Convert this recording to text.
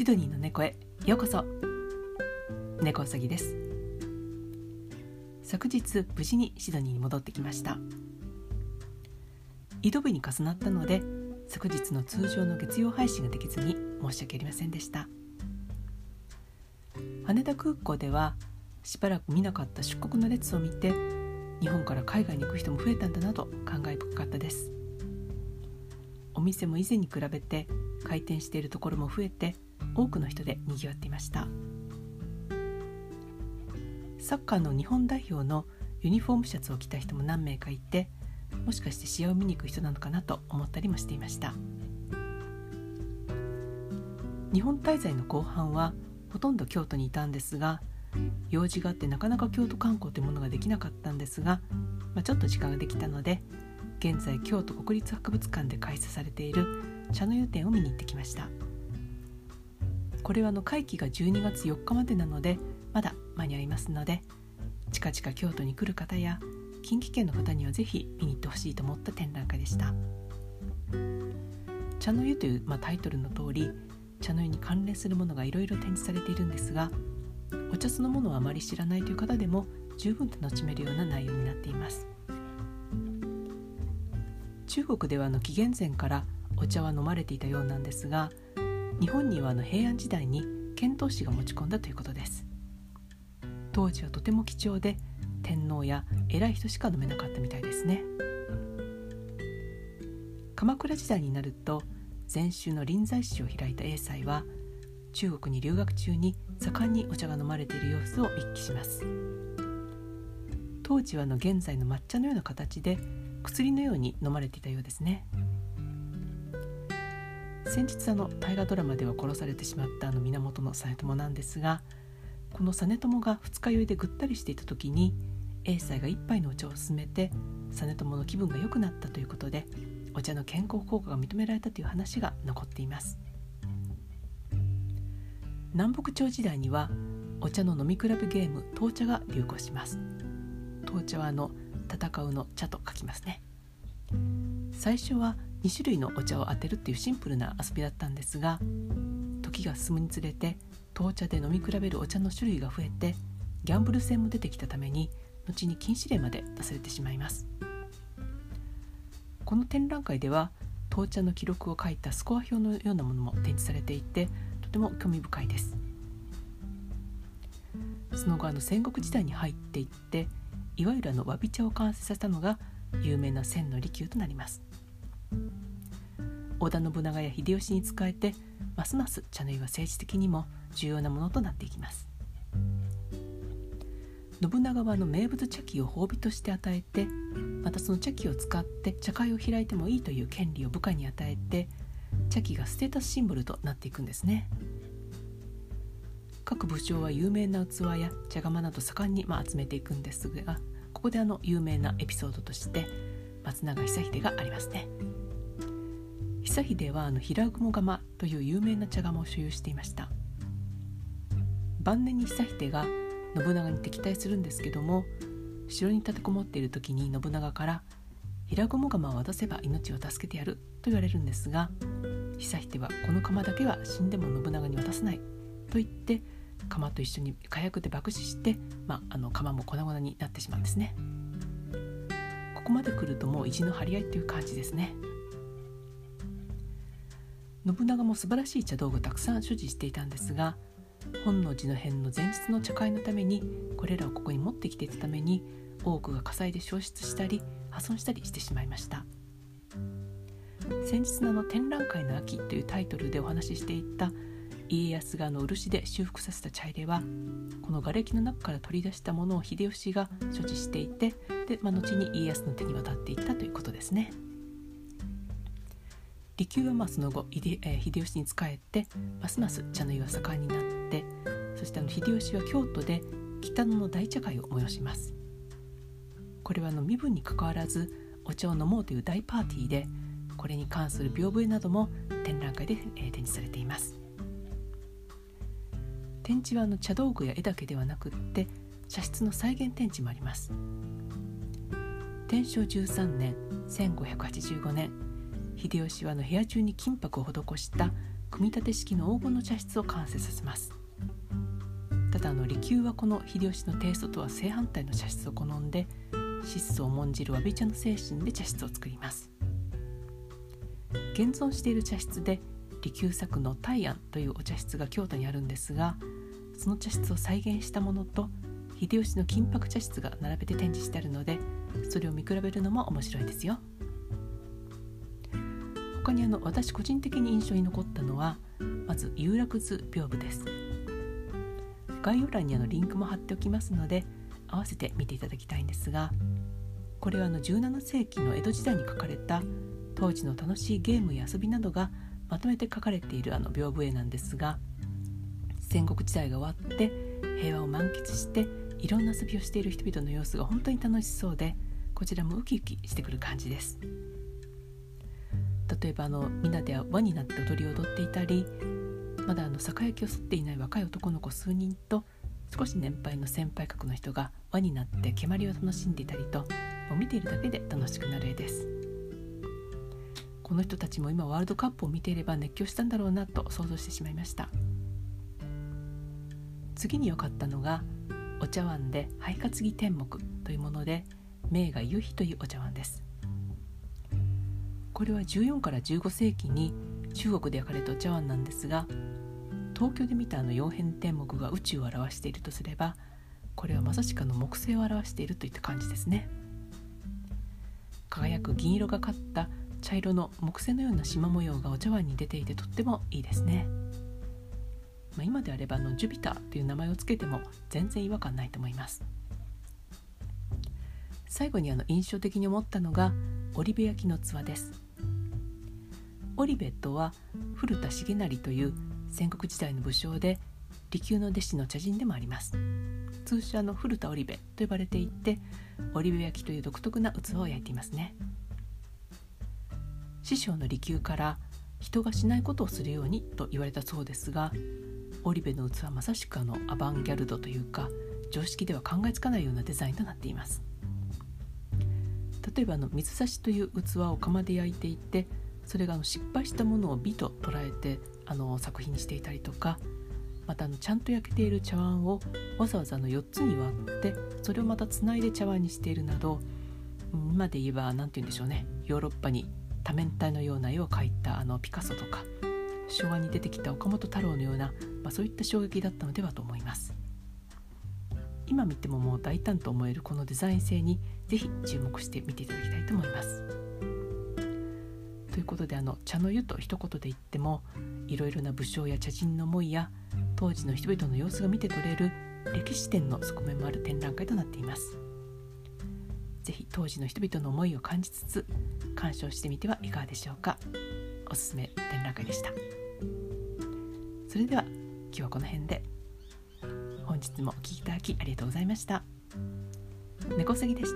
シドニーの猫へようこそ。猫うさぎです。昨日無事にシドニーに戻ってきました。移動日に重なったので昨日の通常の月曜配信ができずに申し訳ありませんでした。羽田空港ではしばらく見なかった出国の列を見て、日本から海外に行く人も増えたんだなと感慨深かったです。お店も以前に比べて開店しているところも増えて、多くの人で賑わっていました。サッカーの日本代表のユニフォームシャツを着た人も何名かいて、もしかして試合を見に行く人なのかなと思ったりもしていました。日本滞在の後半はほとんど京都にいたんですが、用事があってなかなか京都観光というものができなかったんですが、ちょっと時間ができたので、現在京都国立博物館で開催されている茶の湯展を見に行ってきました。これは会期が12月4日までなのでまだ間に合いますので、近々京都に来る方や近畿圏の方にはぜひ見に行ってほしいと思った展覧会でした。茶の湯という、タイトルの通り、茶の湯に関連するものがいろいろ展示されているんですが、お茶そのものをあまり知らないという方でも十分楽しめるような内容になっています。中国では紀元前からお茶は飲まれていたようなんですが、日本には平安時代に遣唐使が持ち込んだということです。当時はとても貴重で、天皇や偉い人しか飲めなかったみたいですね。鎌倉時代になると、禅宗の臨済宗を開いた栄西は中国に留学中に盛んにお茶が飲まれている様子を見聞きします。当時は現在の抹茶のような形で薬のように飲まれていたようですね。先日大河ドラマでは殺されてしまった源実朝なんですが、この実朝が二日酔いでぐったりしていた時に栄西が一杯のお茶を勧めて、実朝の気分が良くなったということで、お茶の健康効果が認められたという話が残っています。南北朝時代にはお茶の飲み比べゲーム、闘茶が流行します。闘茶は戦うの茶と書きますね。最初は2種類のお茶を当てるっていうシンプルな遊びだったんですが、時が進むにつれて闘茶で飲み比べるお茶の種類が増えて、ギャンブル戦も出てきたために後に禁止令まで出されてしまいます。この展覧会では闘茶の記録を書いたスコア表のようなものも展示されていて、とても興味深いです。その後戦国時代に入っていって、いわゆるわび茶を完成させたのが有名な千利休となります。織田信長や秀吉に仕えて、ますます茶の湯は政治的にも重要なものとなっていきます。信長は名物茶器を褒美として与えて、またその茶器を使って茶会を開いてもいいという権利を部下に与えて、茶器がステータスシンボルとなっていくんですね。各武将は有名な器や茶釜など盛んに集めていくんですが、ここで有名なエピソードとして松永久秀がありますね。久秀は平雲釜という有名な茶釜を所有していました。晩年に久秀が信長に敵対するんですけども、城に立てこもっている時に信長から、平雲釜を渡せば命を助けてやると言われるんですが、久秀はこの釜だけは死んでも信長に渡さないと言って、釜と一緒に火薬で爆死して、釜も粉々になってしまうんですね。ここまで来るともう意地の張り合いという感じですね。信長も素晴らしい茶道具をたくさん所持していたんですが、本能寺の変の前日の茶会のためにこれらをここに持ってきていたために、多くが火災で焼失したり破損したりしてしまいました。先日の展覧会の秋というタイトルでお話ししていた家康が漆で修復させた茶入れは、この瓦礫の中から取り出したものを秀吉が所持していて、で、後に家康の手に渡っていったということですね。利休はその後秀吉に仕えて、ますます茶の湯は盛んになって、そして秀吉は京都で北野の大茶会を催します。これは身分にかかわらずお茶を飲もうという大パーティーで、これに関する屏風絵なども展覧会で展示されています。展示は茶道具や絵だけではなくって、茶室の再現展示もあります。天正13年1585年、秀吉は部屋中に金箔を施した組み立て式の黄金の茶室を完成させます。ただ利休はこの秀吉のテイストとは正反対の茶室を好んで、質素を重んじるわび茶の精神で茶室を作ります。現存している茶室で利休作の大安というお茶室が京都にあるんですが、その茶室を再現したものと秀吉の金箔茶室が並べて展示してあるので、それを見比べるのも面白いですよ。他に私個人的に印象に残ったのは、まず有楽図屏風です。概要欄にリンクも貼っておきますので、合わせて見ていただきたいんですが、これは17世紀の江戸時代に書かれた当時の楽しいゲームや遊びなどがまとめて書かれている屏風絵なんですが、戦国時代が終わって平和を満喫していろんな遊びをしている人々の様子が本当に楽しそうで、こちらもウキウキしてくる感じです。例えばみんなで輪になって踊りを踊っていたり、まだ酒焼きを吸っていない若い男の子数人と少し年配の先輩格の人が輪になって蹴鞠を楽しんでいたりと、もう見ているだけで楽しくなる絵です。この人たちも今ワールドカップを見ていれば熱狂したんだろうなと想像してしまいました。次に良かったのがお茶碗で肺担ぎ天目というもので、名画夕日というお茶碗です。これは14から15世紀に中国で焼かれたお茶碗なんですが、東京で見た4辺天目が宇宙を表しているとすれば、これはまさしく木星を表しているといった感じですね。輝く銀色がかった茶色の木星のような縞模様がお茶碗に出ていて、とってもいいですね。今であればジュピターという名前をつけても全然違和感ないと思います。最後に印象的に思ったのが織部焼きの器です。織部とは古田重成という戦国時代の武将で、利休の弟子の茶人でもあります。通称古田織部と呼ばれていて、織部焼きという独特な器を焼いていますね。師匠の利休から人がしないことをするようにと言われたそうですが、織部の器はまさしくアバンギャルドというか、常識では考えつかないようなデザインとなっています。例えば水差しという器を窯で焼いていて、それが失敗したものを美と捉えて作品にしていたりとか、またちゃんと焼けている茶碗をわざわざ4つに割って、それをまたつないで茶碗にしているなど、今で言えば何て言うんでしょうね、ヨーロッパに多面体のような絵を描いたピカソとか、昭和に出てきた岡本太郎のような、そういった衝撃だったのではと思います。今見てももう大胆と思えるこのデザイン性にぜひ注目して見ていただきたいと思います。ということで茶の湯と一言で言っても、いろいろな武将や茶人の思いや当時の人々の様子が見て取れる歴史展の側面もある展覧会となっています。ぜひ当時の人々の思いを感じつつ鑑賞してみてはいかがでしょうか。おすすめ展覧会でした。それでは今日はこの辺で。本日もお聞きいただきありがとうございました。猫杉でした。